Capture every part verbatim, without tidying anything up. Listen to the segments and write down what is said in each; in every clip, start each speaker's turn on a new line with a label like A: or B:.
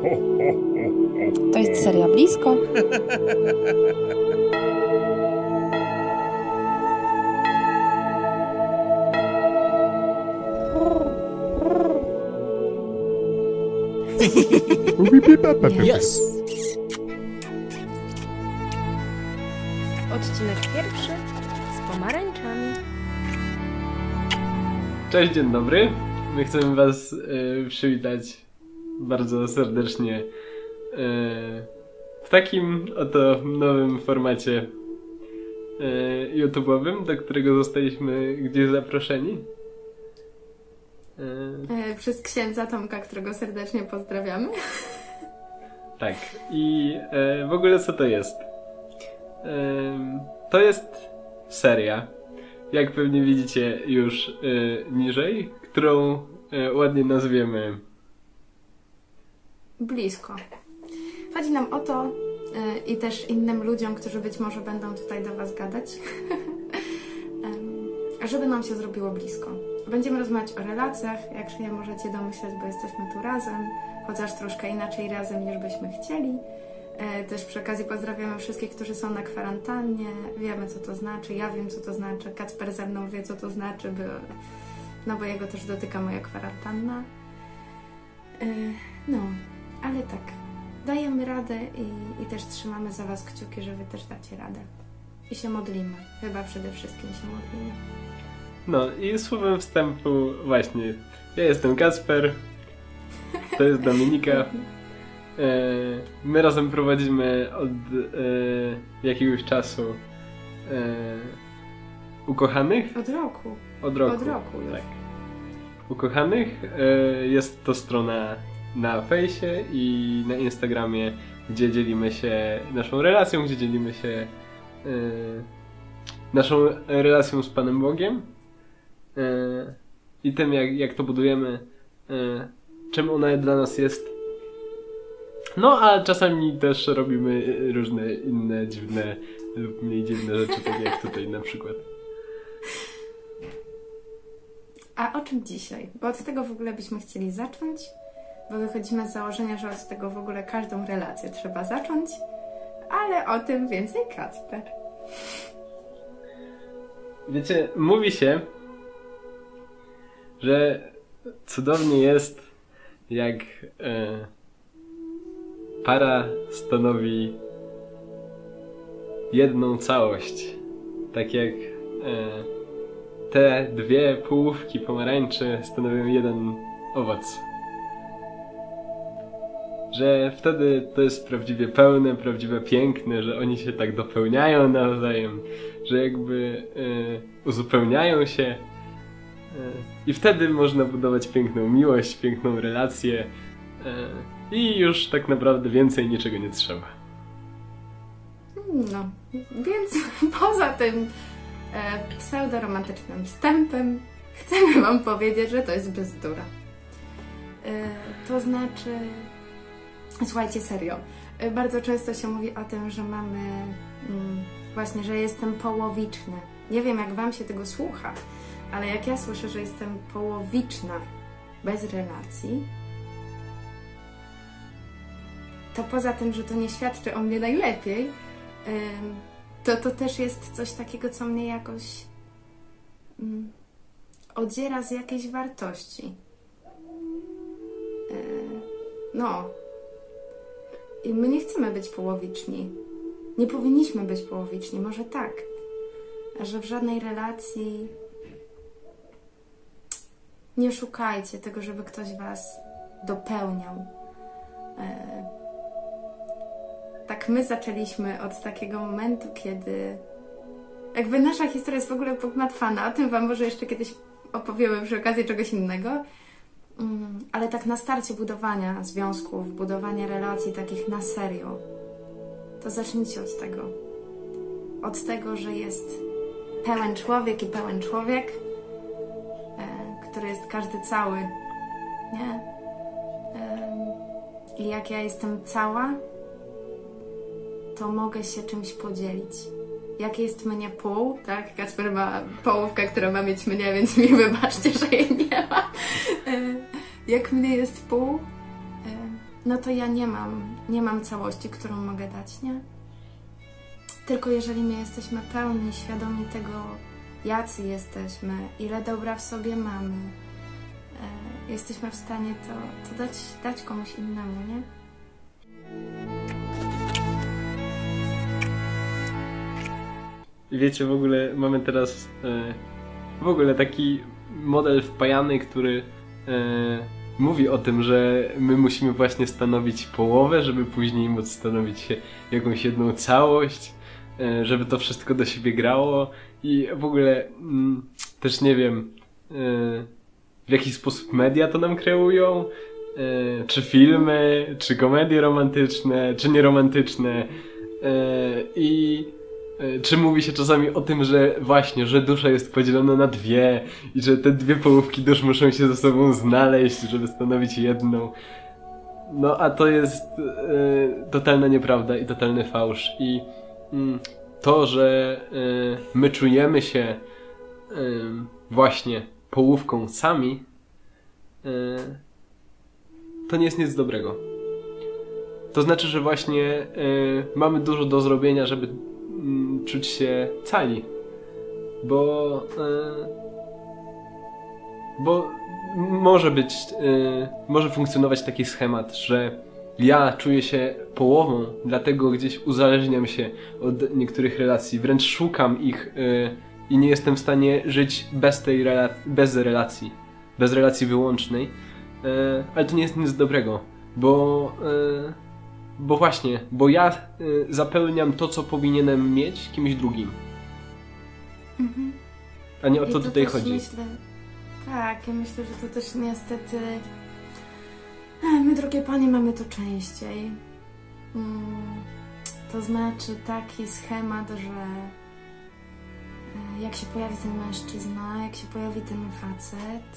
A: To jest seria Blisko.
B: Yes.
A: Odcinek pierwszy z pomarańczami.
C: Cześć, dzień dobry. My chcemy was y, przywitać bardzo serdecznie y, w takim oto nowym formacie y, YouTube'owym, do którego zostaliśmy gdzieś zaproszeni.
D: Y... Przez księdza Tomka, którego serdecznie pozdrawiamy.
C: Tak. I y, w ogóle co to jest? Y, to jest seria, jak pewnie widzicie już y, niżej, którą y, ładnie nazwiemy
D: Blisko. Chodzi nam o to y, i też innym ludziom, którzy być może będą tutaj do was gadać, y, żeby nam się zrobiło blisko. Będziemy rozmawiać o relacjach, jak się możecie domyśleć, bo jesteśmy tu razem, chociaż troszkę inaczej razem niż byśmy chcieli. Y, też przy okazji pozdrawiamy wszystkich, którzy są na kwarantannie. Wiemy, co to znaczy, ja wiem, co to znaczy, Kacper ze mną wie, co to znaczy, bo, no bo jego też dotyka moja kwarantanna. Y, no, ale tak, dajemy radę i, i też trzymamy za was kciuki, że wy też dacie radę. I się modlimy, chyba przede wszystkim się modlimy.
C: No i słowem wstępu właśnie, ja jestem Kacper, to jest Dominika. E, my razem prowadzimy od e, jakiegoś czasu e, Ukochanych?
D: Od roku.
C: Od roku.
D: Od roku już.
C: Tak. Ukochanych e, jest to strona na fejsie i na Instagramie, gdzie dzielimy się naszą relacją, gdzie dzielimy się e, naszą relacją z Panem Bogiem e, i tym, jak, jak to budujemy, e, czym ona dla nas jest. No, a czasami też robimy różne inne dziwne lub mniej dziwne rzeczy, tak jak tutaj na przykład.
D: A o czym dzisiaj? Bo od tego w ogóle byśmy chcieli zacząć, bo wychodzimy z założenia, że od tego w ogóle każdą relację trzeba zacząć, ale o tym więcej Kacper.
C: Wiecie, mówi się, że cudownie jest, jak e, para stanowi jedną całość. Tak jak e, te dwie połówki pomarańczy stanowią jeden owoc. Że wtedy to jest prawdziwie pełne, prawdziwie piękne, że oni się tak dopełniają nawzajem, że jakby e, uzupełniają się e, i wtedy można budować piękną miłość, piękną relację e, i już tak naprawdę więcej niczego nie trzeba.
D: No, więc poza tym e, pseudoromantycznym wstępem chcemy wam powiedzieć, że to jest bzdura. E, to znaczy... Słuchajcie, serio. E, bardzo często się mówi o tym, że mamy... Mm, właśnie, że jestem połowiczny. Nie wiem, jak wam się tego słucha, ale jak ja słyszę, że jestem połowiczna bez relacji, to poza tym, że to nie świadczy o mnie najlepiej, to to też jest coś takiego, co mnie jakoś um, odziera z jakiejś wartości. No. I my nie chcemy być połowiczni. Nie powinniśmy być połowiczni, może tak. A że w żadnej relacji nie szukajcie tego, żeby ktoś was dopełniał. Tak my zaczęliśmy od takiego momentu, kiedy jakby nasza historia jest w ogóle pogmatwana, o tym wam może jeszcze kiedyś opowiemy przy okazji czegoś innego, ale tak na starcie budowania związków, budowania relacji takich na serio, to zacznijcie od tego. Od tego, że jest pełen człowiek i pełen człowiek, który jest każdy cały, nie? I jak ja jestem cała, to mogę się czymś podzielić. Jak jest mnie pół, tak? Kacper ma połówkę, która ma mieć mnie, więc mi wybaczcie, że jej nie ma. Jak mnie jest pół, no to ja nie mam, nie mam całości, którą mogę dać, nie? Tylko jeżeli my jesteśmy pełni, świadomi tego, jacy jesteśmy, ile dobra w sobie mamy, e, jesteśmy w stanie to, to dać, dać komuś innemu, nie?
C: Wiecie, w ogóle mamy teraz e, w ogóle taki model wpajany, który e, mówi o tym, że my musimy właśnie stanowić połowę, żeby później móc stanowić jakąś jedną całość, e, żeby to wszystko do siebie grało i w ogóle mm, też nie wiem, e, w jaki sposób media to nam kreują, e, czy filmy, czy komedie romantyczne, czy nieromantyczne e, i czy mówi się czasami o tym, że właśnie, że dusza jest podzielona na dwie i że te dwie połówki dusz muszą się ze sobą znaleźć, żeby stanowić jedną. No a to jest e, totalna nieprawda i totalny fałsz. I mm, to, że e, my czujemy się e, właśnie połówką sami, e, to nie jest nic dobrego. To znaczy, że właśnie e, mamy dużo do zrobienia, żeby czuć się cali, bo e, bo może być e, może funkcjonować taki schemat, że ja czuję się połową, dlatego gdzieś uzależniam się od niektórych relacji, wręcz szukam ich e, i nie jestem w stanie żyć bez tej rela- bez relacji, bez relacji wyłącznej, e, ale to nie jest nic dobrego, bo e, Bo właśnie, bo ja y, zapełniam to, co powinienem mieć kimś drugim. Mhm. A nie o co tutaj chodzi.
D: Myślę, tak, ja myślę, że to też niestety my, drogie panie, mamy to częściej. Hmm, to znaczy taki schemat, że jak się pojawi ten mężczyzna, jak się pojawi ten facet,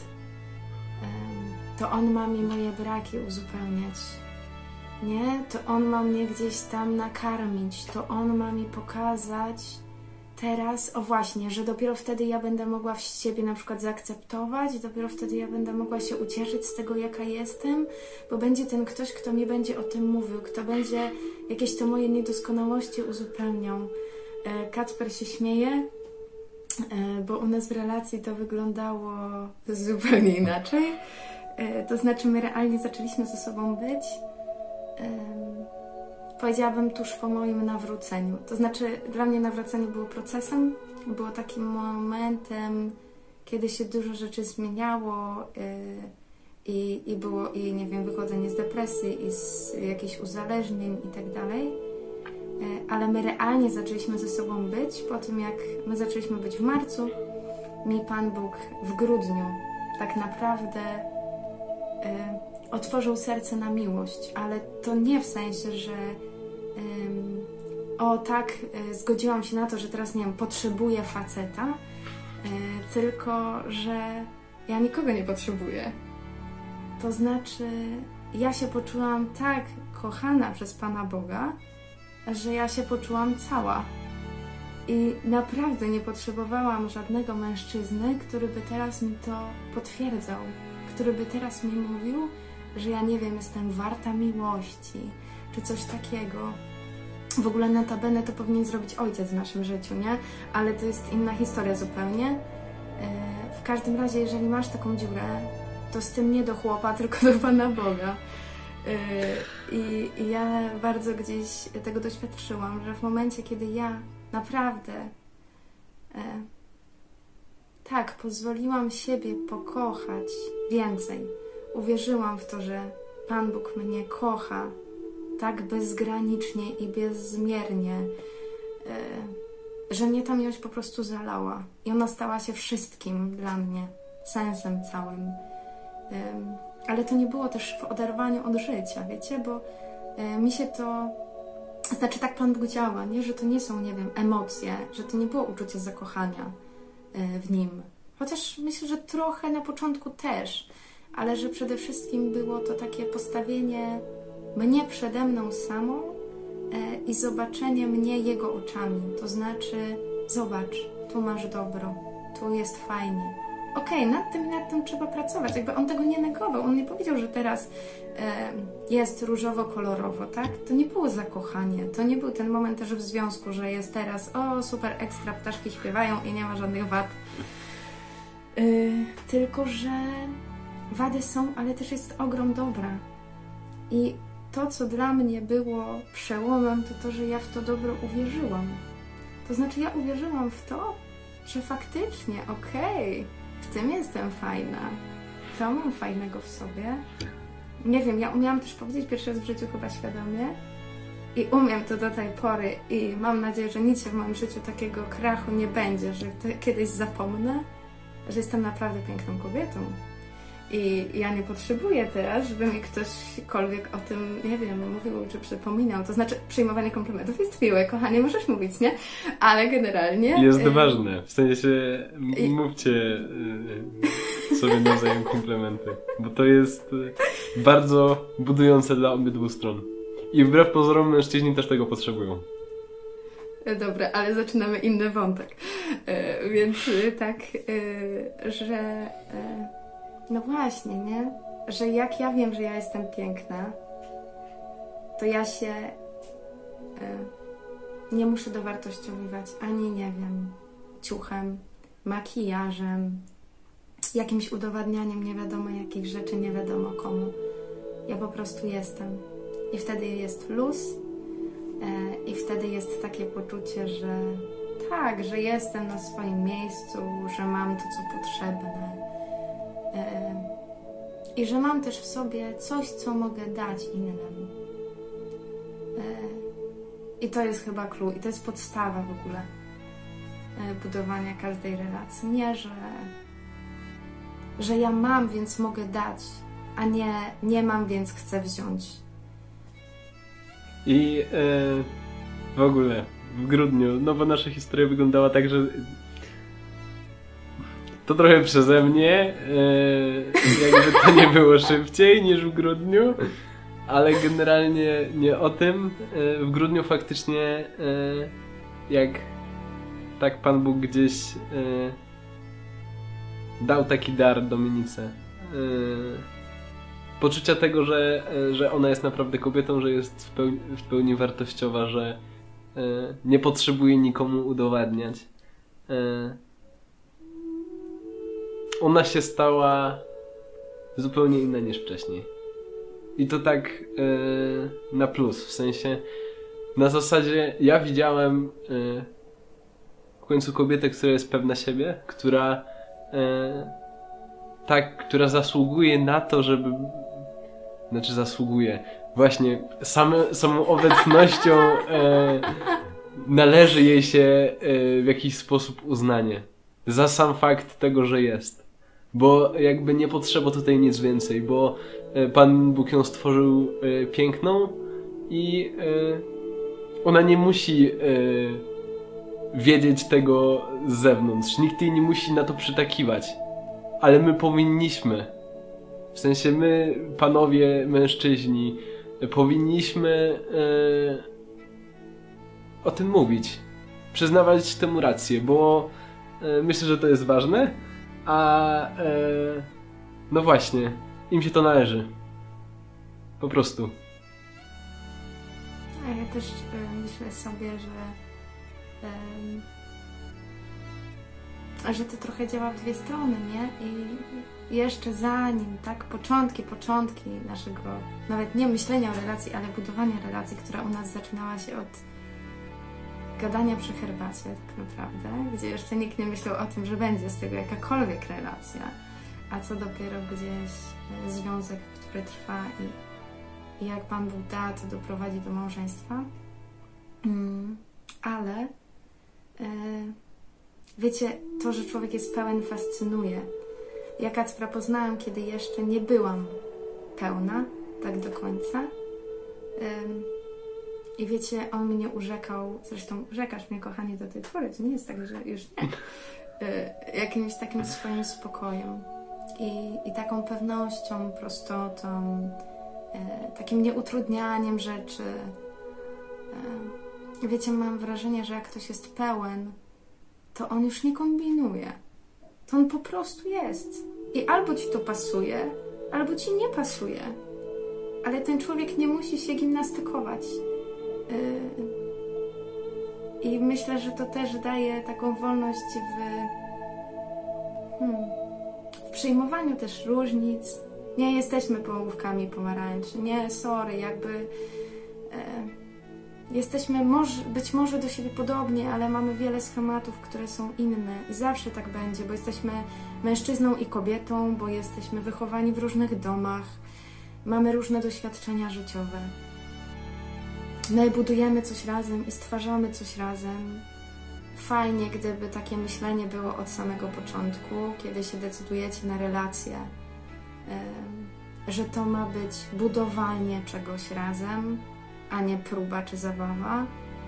D: to on ma mi moje braki uzupełniać. Nie? To on ma mnie gdzieś tam nakarmić, to on ma mi pokazać teraz, o właśnie, że dopiero wtedy ja będę mogła w siebie na przykład zaakceptować, dopiero wtedy ja będę mogła się ucieszyć z tego, jaka jestem, bo będzie ten ktoś, kto mi będzie o tym mówił, kto będzie jakieś to moje niedoskonałości uzupełniał. Kacper się śmieje, bo u nas w relacji to wyglądało zupełnie inaczej. To znaczy my realnie zaczęliśmy ze sobą być, powiedziałabym tuż po moim nawróceniu. To znaczy dla mnie nawrócenie było procesem, było takim momentem, kiedy się dużo rzeczy zmieniało yy, i, i było i nie wiem, wychodzenie z depresji i z jakichś uzależnień i tak dalej. Yy, ale my realnie zaczęliśmy ze sobą być po tym, jak my zaczęliśmy być w marcu, mi Pan Bóg w grudniu tak naprawdę yy, otworzył serce na miłość, ale to nie w sensie, że um, o tak, y, zgodziłam się na to, że teraz, nie wiem, potrzebuję faceta, y, tylko, że ja nikogo nie potrzebuję. To znaczy, ja się poczułam tak kochana przez Pana Boga, że ja się poczułam cała. I naprawdę nie potrzebowałam żadnego mężczyzny, który by teraz mi to potwierdzał, który by teraz mi mówił, że ja nie wiem, jestem warta miłości, czy coś takiego. W ogóle notabene to powinien zrobić ojciec w naszym życiu, nie? Ale to jest inna historia zupełnie. W każdym razie, jeżeli masz taką dziurę, to z tym nie do chłopa, tylko do Pana Boga. I, i ja bardzo gdzieś tego doświadczyłam, że w momencie, kiedy ja naprawdę tak, pozwoliłam siebie pokochać więcej, uwierzyłam w to, że Pan Bóg mnie kocha tak bezgranicznie i bezmiernie, że mnie ta miłość po prostu zalała. I ona stała się wszystkim dla mnie, sensem całym. Ale to nie było też w oderwaniu od życia, wiecie, bo mi się to... Znaczy tak Pan Bóg działa, nie? Że to nie są, nie wiem, emocje, że to nie było uczucie zakochania w Nim. Chociaż myślę, że trochę na początku też, ale że przede wszystkim było to takie postawienie mnie przede mną samą i zobaczenie mnie Jego oczami. To znaczy, zobacz, tu masz dobro, tu jest fajnie, okej, okay, nad tym i nad tym trzeba pracować. Jakby on tego nie negował. On nie powiedział, że teraz e, jest różowo-kolorowo, tak? To nie było zakochanie. To nie był ten moment też w związku, że jest teraz o, super ekstra, ptaszki śpiewają i nie ma żadnych wad. Yy, tylko, że wady są, ale też jest ogrom dobra. I to, co dla mnie było przełomem, to to, że ja w to dobro uwierzyłam. To znaczy, ja uwierzyłam w to, że faktycznie, okej, okay, w tym jestem fajna. Co mam fajnego w sobie? Nie wiem, ja umiałam też powiedzieć pierwszy raz w życiu chyba świadomie i umiem to do tej pory i mam nadzieję, że nic się w moim życiu takiego krachu nie będzie, że to kiedyś zapomnę, że jestem naprawdę piękną kobietą. I ja nie potrzebuję teraz, żeby mi ktośkolwiek o tym, nie wiem, mówił czy przypominał. To znaczy, przyjmowanie komplementów jest miłe, kochanie, możesz mówić, nie? Ale generalnie...
C: Jest to
D: y
C: ważne. W sensie, mówcie y sobie nawzajem komplementy. Bo to jest bardzo budujące dla obydwu stron. I wbrew pozorom mężczyźni też tego potrzebują.
D: Dobra, ale zaczynamy inny wątek. Y więc y tak, y że... Y no właśnie, nie? Że jak ja wiem, że ja jestem piękna, to ja się y, nie muszę dowartościowywać ani, nie wiem, ciuchem, makijażem, jakimś udowadnianiem nie wiadomo jakich rzeczy, nie wiadomo komu. Ja po prostu jestem. I wtedy jest luz y, i wtedy jest takie poczucie, że tak, że jestem na swoim miejscu, że mam to, co potrzebne. I że mam też w sobie coś, co mogę dać innym. I to jest chyba clue. I to jest podstawa w ogóle budowania każdej relacji. Nie, że, że ja mam, więc mogę dać, a nie nie mam, więc chcę wziąć.
C: I yy, w ogóle w grudniu, no bo nasza historia wyglądała tak, że to trochę przeze mnie, yy, jakby to nie było szybciej niż w grudniu, ale generalnie nie o tym. Yy, w grudniu faktycznie yy, jak tak Pan Bóg gdzieś yy, dał taki dar Dominice. Yy, poczucia tego, że, yy, że ona jest naprawdę kobietą, że jest w pełni, w pełni wartościowa, że yy, nie potrzebuje nikomu udowadniać. Yy, Ona się stała zupełnie inna niż wcześniej. I to tak yy, na plus, w sensie na zasadzie ja widziałem yy, w końcu kobietę, która jest pewna siebie, która yy, tak, która zasługuje na to, żeby znaczy zasługuje właśnie same, samą obecnością yy, należy jej się yy, w jakiś sposób uznanie za sam fakt tego, że jest. Bo jakby nie potrzeba tutaj nic więcej, bo Pan Bóg ją stworzył y, piękną i y, ona nie musi y, wiedzieć tego z zewnątrz. Nikt jej nie musi na to przytakiwać. Ale my powinniśmy. W sensie my, panowie, mężczyźni, powinniśmy y, o tym mówić. Przyznawać temu rację, bo y, myślę, że to jest ważne. A y, no właśnie, im się to należy. Po prostu.
D: A ja też y, myślę sobie, że y, że to trochę działa w dwie strony, nie? I jeszcze zanim, tak, początki, początki naszego, nawet nie myślenia o relacji, ale budowania relacji, która u nas zaczynała się od gadania przy herbacie, tak naprawdę, gdzie jeszcze nikt nie myślał o tym, że będzie z tego jakakolwiek relacja, a co dopiero gdzieś związek, który trwa i, i jak Pan Bóg da, to doprowadzi do małżeństwa. Mm, ale yy, wiecie, to, że człowiek jest pełen, fascynuje. Ja Kacpra poznałam, kiedy jeszcze nie byłam pełna, tak do końca. Yy, I wiecie, on mnie urzekał, zresztą urzekasz mnie, kochanie, do tej pory, to nie jest tak, że już nie, yy, jakimś takim swoim spokojem i, i taką pewnością, prostotą, yy, takim nieutrudnianiem rzeczy. Yy, wiecie, mam wrażenie, że jak ktoś jest pełen, to on już nie kombinuje. To on po prostu jest. I albo ci to pasuje, albo ci nie pasuje. Ale ten człowiek nie musi się gimnastykować. Yy... I myślę, że to też daje taką wolność w, hmm, w przyjmowaniu też różnic. Nie jesteśmy połówkami pomarańczy. Nie, sorry, jakby e, jesteśmy może, być może do siebie podobni, ale mamy wiele schematów, które są inne. I zawsze tak będzie, bo jesteśmy mężczyzną i kobietą, bo jesteśmy wychowani w różnych domach. Mamy różne doświadczenia życiowe. My budujemy coś razem i stwarzamy coś razem. Fajnie, gdyby takie myślenie było od samego początku, kiedy się decydujecie na relację, że to ma być budowanie czegoś razem, a nie próba czy zabawa.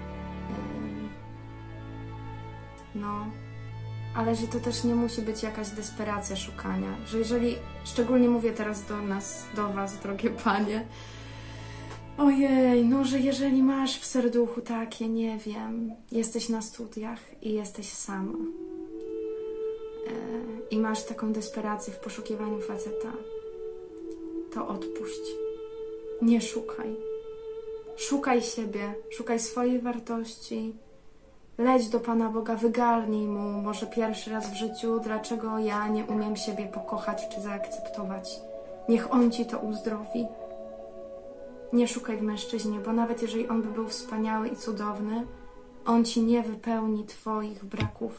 D: No, ale że to też nie musi być jakaś desperacja szukania, że jeżeli, szczególnie mówię teraz do nas, do was, drogie panie, ojej, no, że jeżeli masz w serduchu takie, nie wiem, jesteś na studiach i jesteś sama yy, i masz taką desperację w poszukiwaniu faceta, to odpuść. Nie szukaj. Szukaj siebie, szukaj swojej wartości, leć do Pana Boga, wygarnij Mu może pierwszy raz w życiu, dlaczego ja nie umiem siebie pokochać czy zaakceptować. Niech On ci to uzdrowi. Nie szukaj w mężczyźnie, bo nawet jeżeli on by był wspaniały i cudowny, on ci nie wypełni twoich braków.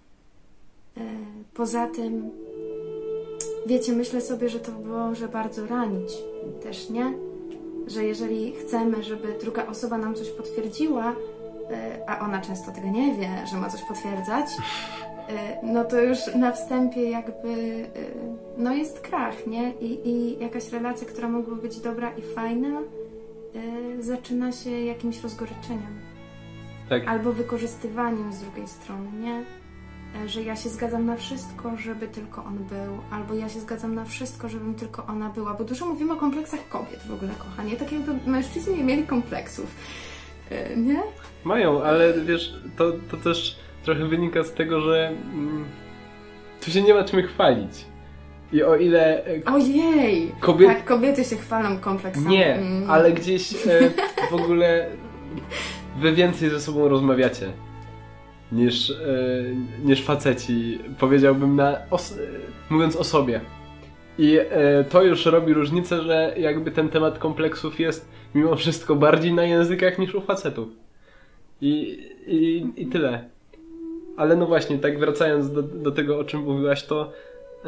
D: Poza tym, wiecie, myślę sobie, że to może bardzo ranić też, nie? Że jeżeli chcemy, żeby druga osoba nam coś potwierdziła, a ona często tego nie wie, że ma coś potwierdzać, no to już na wstępie jakby no jest krach, nie? I, i jakaś relacja, która mogłaby być dobra i fajna, yy, zaczyna się jakimś rozgoryczeniem.
C: Tak.
D: Albo wykorzystywaniem z drugiej strony, nie? Że ja się zgadzam na wszystko, żeby tylko on był, albo ja się zgadzam na wszystko, żebym tylko ona była, bo dużo mówimy o kompleksach kobiet w ogóle, kochanie, tak jakby mężczyźni nie mieli kompleksów, yy, nie?
C: Mają, ale wiesz, to, to też trochę wynika z tego, że mm, tu się nie ma czym chwalić. I o ile...
D: Ojej!
C: Kobiet...
D: Tak, kobiety się chwalą kompleksami.
C: Nie,
D: mm.
C: ale gdzieś e, w ogóle wy więcej ze sobą rozmawiacie niż, e, niż faceci, powiedziałbym, na os mówiąc o sobie. I e, to już robi różnicę, że jakby ten temat kompleksów jest mimo wszystko bardziej na językach niż u facetów. I, i, i tyle. Ale no właśnie, tak wracając do, do tego, o czym mówiłaś, to e,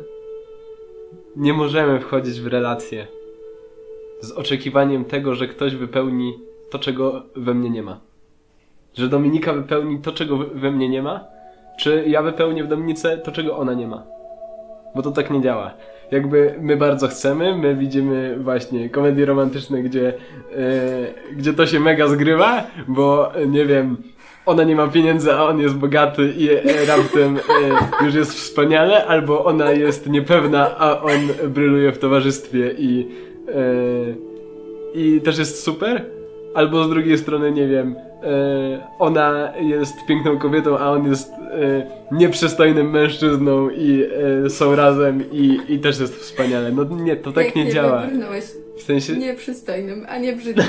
C: nie możemy wchodzić w relacje z oczekiwaniem tego, że ktoś wypełni to, czego we mnie nie ma. Że Dominika wypełni to, czego we mnie nie ma, czy ja wypełnię w Dominice to, czego ona nie ma. Bo to tak nie działa. Jakby my bardzo chcemy, my widzimy właśnie komedie romantyczne, gdzie, yy, gdzie to się mega zgrywa, bo nie wiem, ona nie ma pieniędzy, a on jest bogaty i e, raptem e, już jest wspaniale, albo ona jest niepewna, a on bryluje w towarzystwie i, e, i też jest super, albo z drugiej strony, nie wiem, e, ona jest piękną kobietą, a on jest e, nieprzystojnym mężczyzną i e, są razem i, i też jest wspaniale. No nie, to tak nie, nie działa. W sensie...
D: Nieprzystojnym, a nie brzydkim.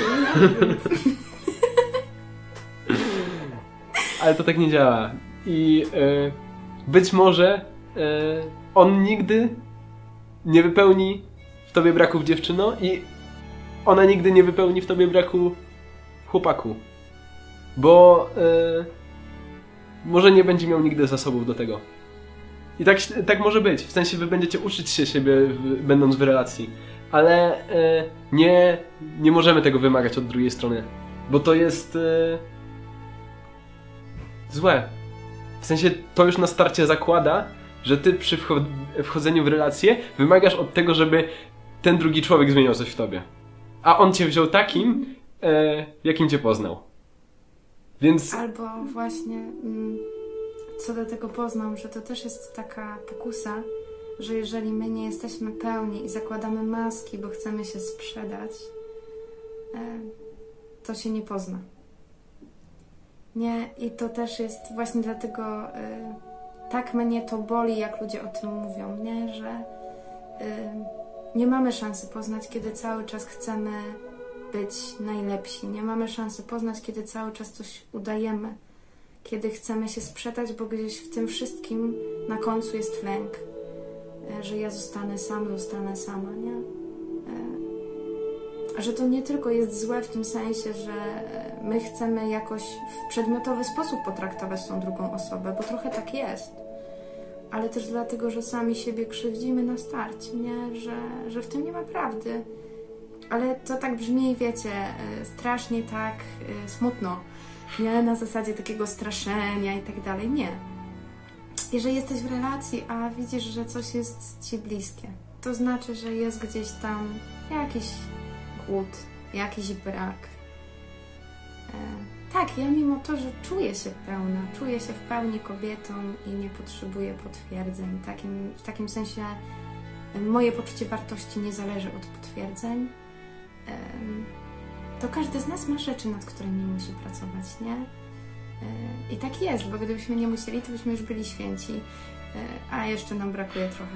C: Ale to tak nie działa. I e, być może e, on nigdy nie wypełni w tobie braków dziewczyno i ona nigdy nie wypełni w tobie braku chłopaku. Bo e, może nie będzie miał nigdy zasobów do tego. I tak, tak może być. W sensie wy będziecie uczyć się siebie w, będąc w relacji. Ale e, nie, nie możemy tego wymagać od drugiej strony. Bo to jest... E, złe. W sensie to już na starcie zakłada, że ty przy wchodzeniu w relację wymagasz od tego, żeby ten drugi człowiek zmieniał coś w tobie. A on cię wziął takim, e, jakim cię poznał. Więc...
D: Albo właśnie co do tego poznał, że to też jest taka pokusa, że jeżeli my nie jesteśmy pełni i zakładamy maski, bo chcemy się sprzedać, e, to się nie pozna. Nie, i to też jest właśnie dlatego y, tak mnie to boli, jak ludzie o tym mówią, nie? Że y, nie mamy szansy poznać, kiedy cały czas chcemy być najlepsi. Nie mamy szansy poznać, kiedy cały czas coś udajemy. Kiedy chcemy się sprzedać, bo gdzieś w tym wszystkim na końcu jest lęk. Y, że ja zostanę sam, zostanę sama, nie? Y, że to nie tylko jest złe w tym sensie, że my chcemy jakoś w przedmiotowy sposób potraktować tą drugą osobę, bo trochę tak jest. Ale też dlatego, że sami siebie krzywdzimy na starcie, nie? Że, że w tym nie ma prawdy. Ale to tak brzmi, wiecie, strasznie tak smutno, nie? Na zasadzie takiego straszenia i tak dalej. Nie. Jeżeli jesteś w relacji, a widzisz, że coś jest ci bliskie, to znaczy, że jest gdzieś tam jakiś głód, jakiś brak. E, tak, ja mimo to, że czuję się pełna, czuję się w pełni kobietą i nie potrzebuję potwierdzeń. Takim, w takim sensie moje poczucie wartości nie zależy od potwierdzeń. E, to każdy z nas ma rzeczy, nad którymi musi pracować, nie? E, I tak jest, bo gdybyśmy nie musieli, to byśmy już byli święci. E, a jeszcze nam brakuje trochę.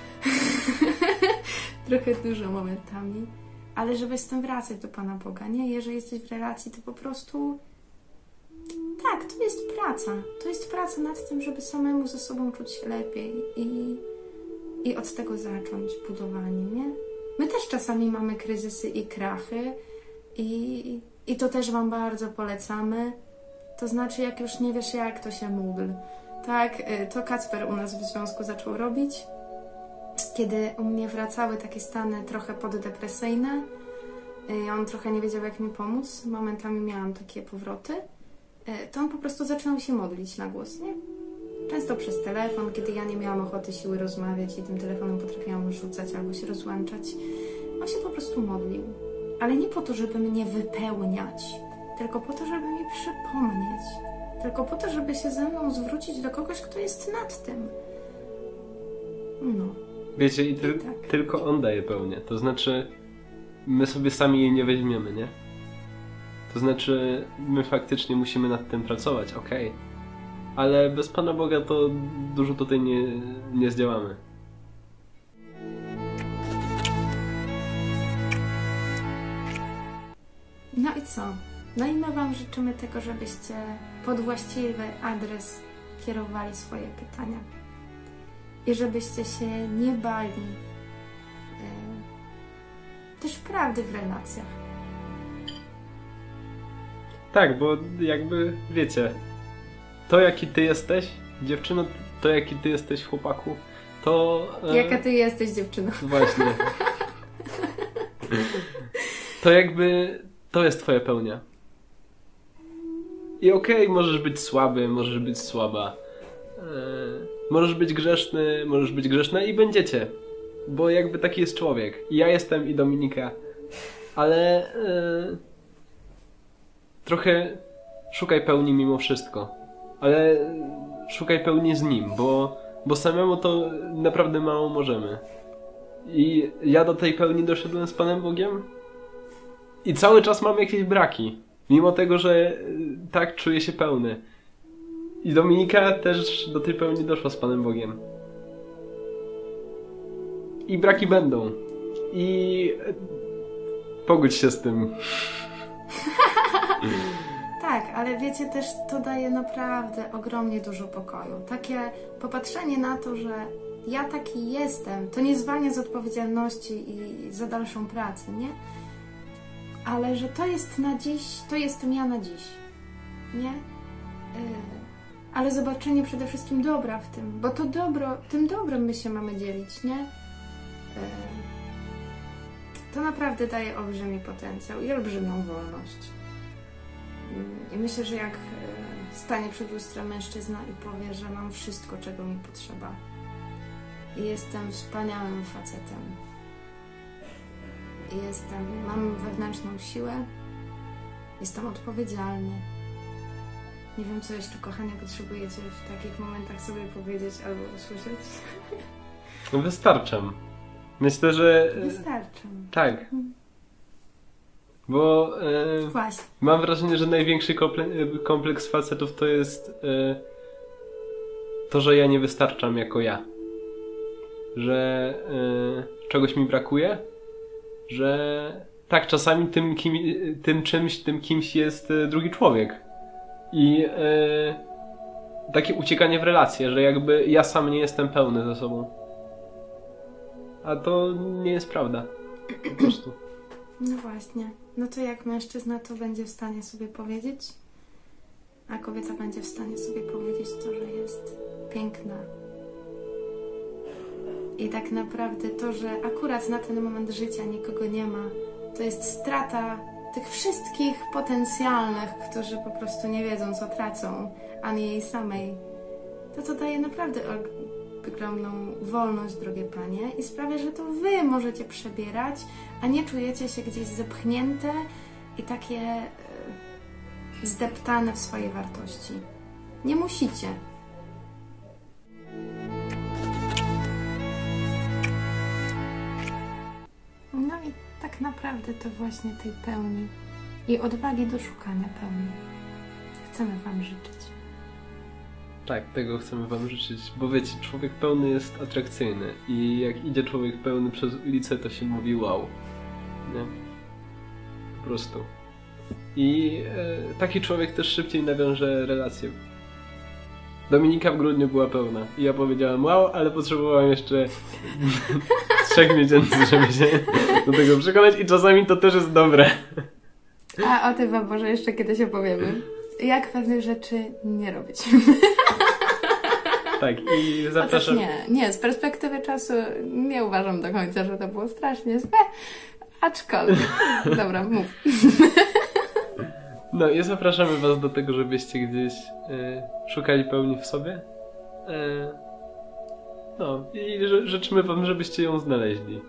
D: Trochę dużo momentami. Ale żeby z tym wracać do Pana Boga, nie? Jeżeli jesteś w relacji, to po prostu tak, to jest praca. To jest praca nad tym, żeby samemu ze sobą czuć się lepiej i, i od tego zacząć budowanie, nie? My też czasami mamy kryzysy i krachy i, i to też Wam bardzo polecamy. To znaczy, jak już nie wiesz jak, to się módl. Tak, to Kacper u nas w związku zaczął robić. Kiedy u mnie wracały takie stany trochę poddepresyjne i on trochę nie wiedział, jak mi pomóc, momentami miałam takie powroty, to on po prostu zaczynał się modlić na głos, nie? Często przez telefon, kiedy ja nie miałam ochoty siły rozmawiać i tym telefonem potrafiłam rzucać albo się rozłączać. On się po prostu modlił. Ale nie po to, żeby mnie wypełniać, tylko po to, żeby mi przypomnieć. Tylko po to, żeby się ze mną zwrócić do kogoś, kto jest nad tym. No.
C: Wiecie, i, ty
D: I tak.
C: tylko on daje pełnię. To znaczy, my sobie sami jej nie weźmiemy, nie? To znaczy, my faktycznie musimy nad tym pracować, okej. Okay. Ale bez Pana Boga to dużo tutaj nie, nie zdziałamy.
D: No i co? No i my Wam życzymy tego, żebyście pod właściwy adres kierowali swoje pytania. I żebyście się nie bali yy, też prawdy w relacjach.
C: Tak, bo jakby, wiecie, to jaki ty jesteś, dziewczyno, to jaki ty jesteś, chłopaku, to... E...
D: Jaka ty jesteś, dziewczyno.
C: Właśnie. To jakby, to jest twoja pełnia. I okej, okay, możesz być słaby, możesz być słaba. E... Możesz być grzeszny, możesz być grzeszna i będziecie. Bo jakby taki jest człowiek. I ja jestem, i Dominika. Ale e... trochę szukaj pełni mimo wszystko. Ale szukaj pełni z nim, bo, bo samemu to naprawdę mało możemy. I ja do tej pełni doszedłem z Panem Bogiem i cały czas mam jakieś braki. Mimo tego, że tak czuję się pełny. I Dominika też do tej pełni doszła z Panem Bogiem. I braki będą. I pogódź się z tym.
D: Tak, ale wiecie, też to daje naprawdę ogromnie dużo pokoju. Takie popatrzenie na to, że ja taki jestem, to nie zwalnia z odpowiedzialności i za dalszą pracę, nie? Ale że to jest na dziś, to jestem ja na dziś, nie? Yy, ale zobaczenie przede wszystkim dobra w tym, bo to dobro, tym dobrem my się mamy dzielić, nie? Yy, to naprawdę daje olbrzymi potencjał i olbrzymią wolność. I myślę, że jak stanie przed lustrem mężczyzna i powie, że mam wszystko, czego mi potrzeba i jestem wspaniałym facetem i jestem, mam wewnętrzną siłę, jestem odpowiedzialny. Nie wiem, co jeszcze, kochanie, potrzebujecie w takich momentach sobie powiedzieć albo usłyszeć.
C: Wystarczam. Myślę, że...
D: Wystarczam.
C: Tak. Bo e,
D: Właśnie.
C: mam wrażenie, że największy komple kompleks facetów to jest e, to, że ja nie wystarczam jako ja. Że yy, czegoś mi brakuje, że tak, czasami tym, kim, tym czymś, tym kimś jest y, drugi człowiek. I y, takie uciekanie w relacje, że jakby ja sam nie jestem pełny ze sobą. A to nie jest prawda. Po prostu.
D: No właśnie. No to jak mężczyzna to będzie w stanie sobie powiedzieć, a kobieta będzie w stanie sobie powiedzieć to, że jest piękna. I tak naprawdę to, że akurat na ten moment życia nikogo nie ma, to jest strata tych wszystkich potencjalnych, którzy po prostu nie wiedzą, co tracą, ani jej samej. To to daje naprawdę ogromną wolność, drogie panie, i sprawia, że to wy możecie przebierać, a nie czujecie się gdzieś zepchnięte i takie e, zdeptane w swojej wartości. Nie musicie. No i tak naprawdę to właśnie tej pełni i odwagi do szukania pełni chcemy wam życzyć.
C: Tak, tego chcemy wam życzyć, bo wiecie, człowiek pełny jest atrakcyjny i jak idzie człowiek pełny przez ulicę, to się mówi wow, nie? Po prostu. I e, taki człowiek też szybciej nawiąże relacje. Dominika w grudniu była pełna i ja powiedziałem wow, ale potrzebowałem jeszcze trzech miesięcy, żeby się do tego przekonać i czasami to też jest dobre.
D: A o tym wam może jeszcze kiedyś opowiemy. Jak pewnych rzeczy nie robić.
C: Tak, i zapraszam...
D: Nie, nie, z perspektywy czasu nie uważam do końca, że to było strasznie złe, aczkolwiek... Dobra, mów.
C: No i zapraszamy was do tego, żebyście gdzieś e, szukali pełni w sobie. E, no i ży- życzymy wam, żebyście ją znaleźli.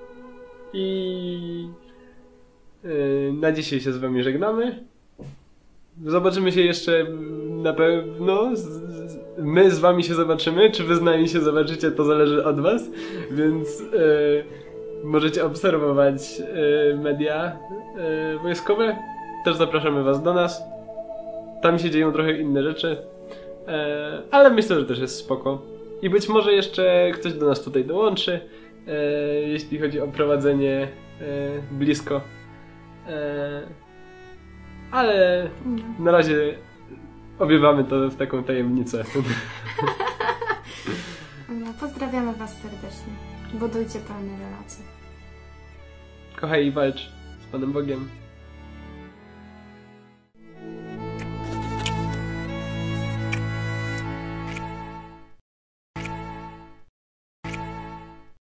C: I e, na dzisiaj się z wami żegnamy. Zobaczymy się jeszcze na pewno. Z, z, my z wami się zobaczymy. Czy wy z nami się zobaczycie, to zależy od was. Więc e, możecie obserwować e, media e, wojskowe. Też zapraszamy was do nas. Tam się dzieją trochę inne rzeczy. E, ale myślę, że też jest spoko. I być może jeszcze ktoś do nas tutaj dołączy. E, jeśli chodzi o prowadzenie e, blisko. E, ale na razie obiewamy to w taką tajemnicę.
D: No, pozdrawiamy was serdecznie. Budujcie pełne relacje.
C: Kochaj i walcz z Panem Bogiem.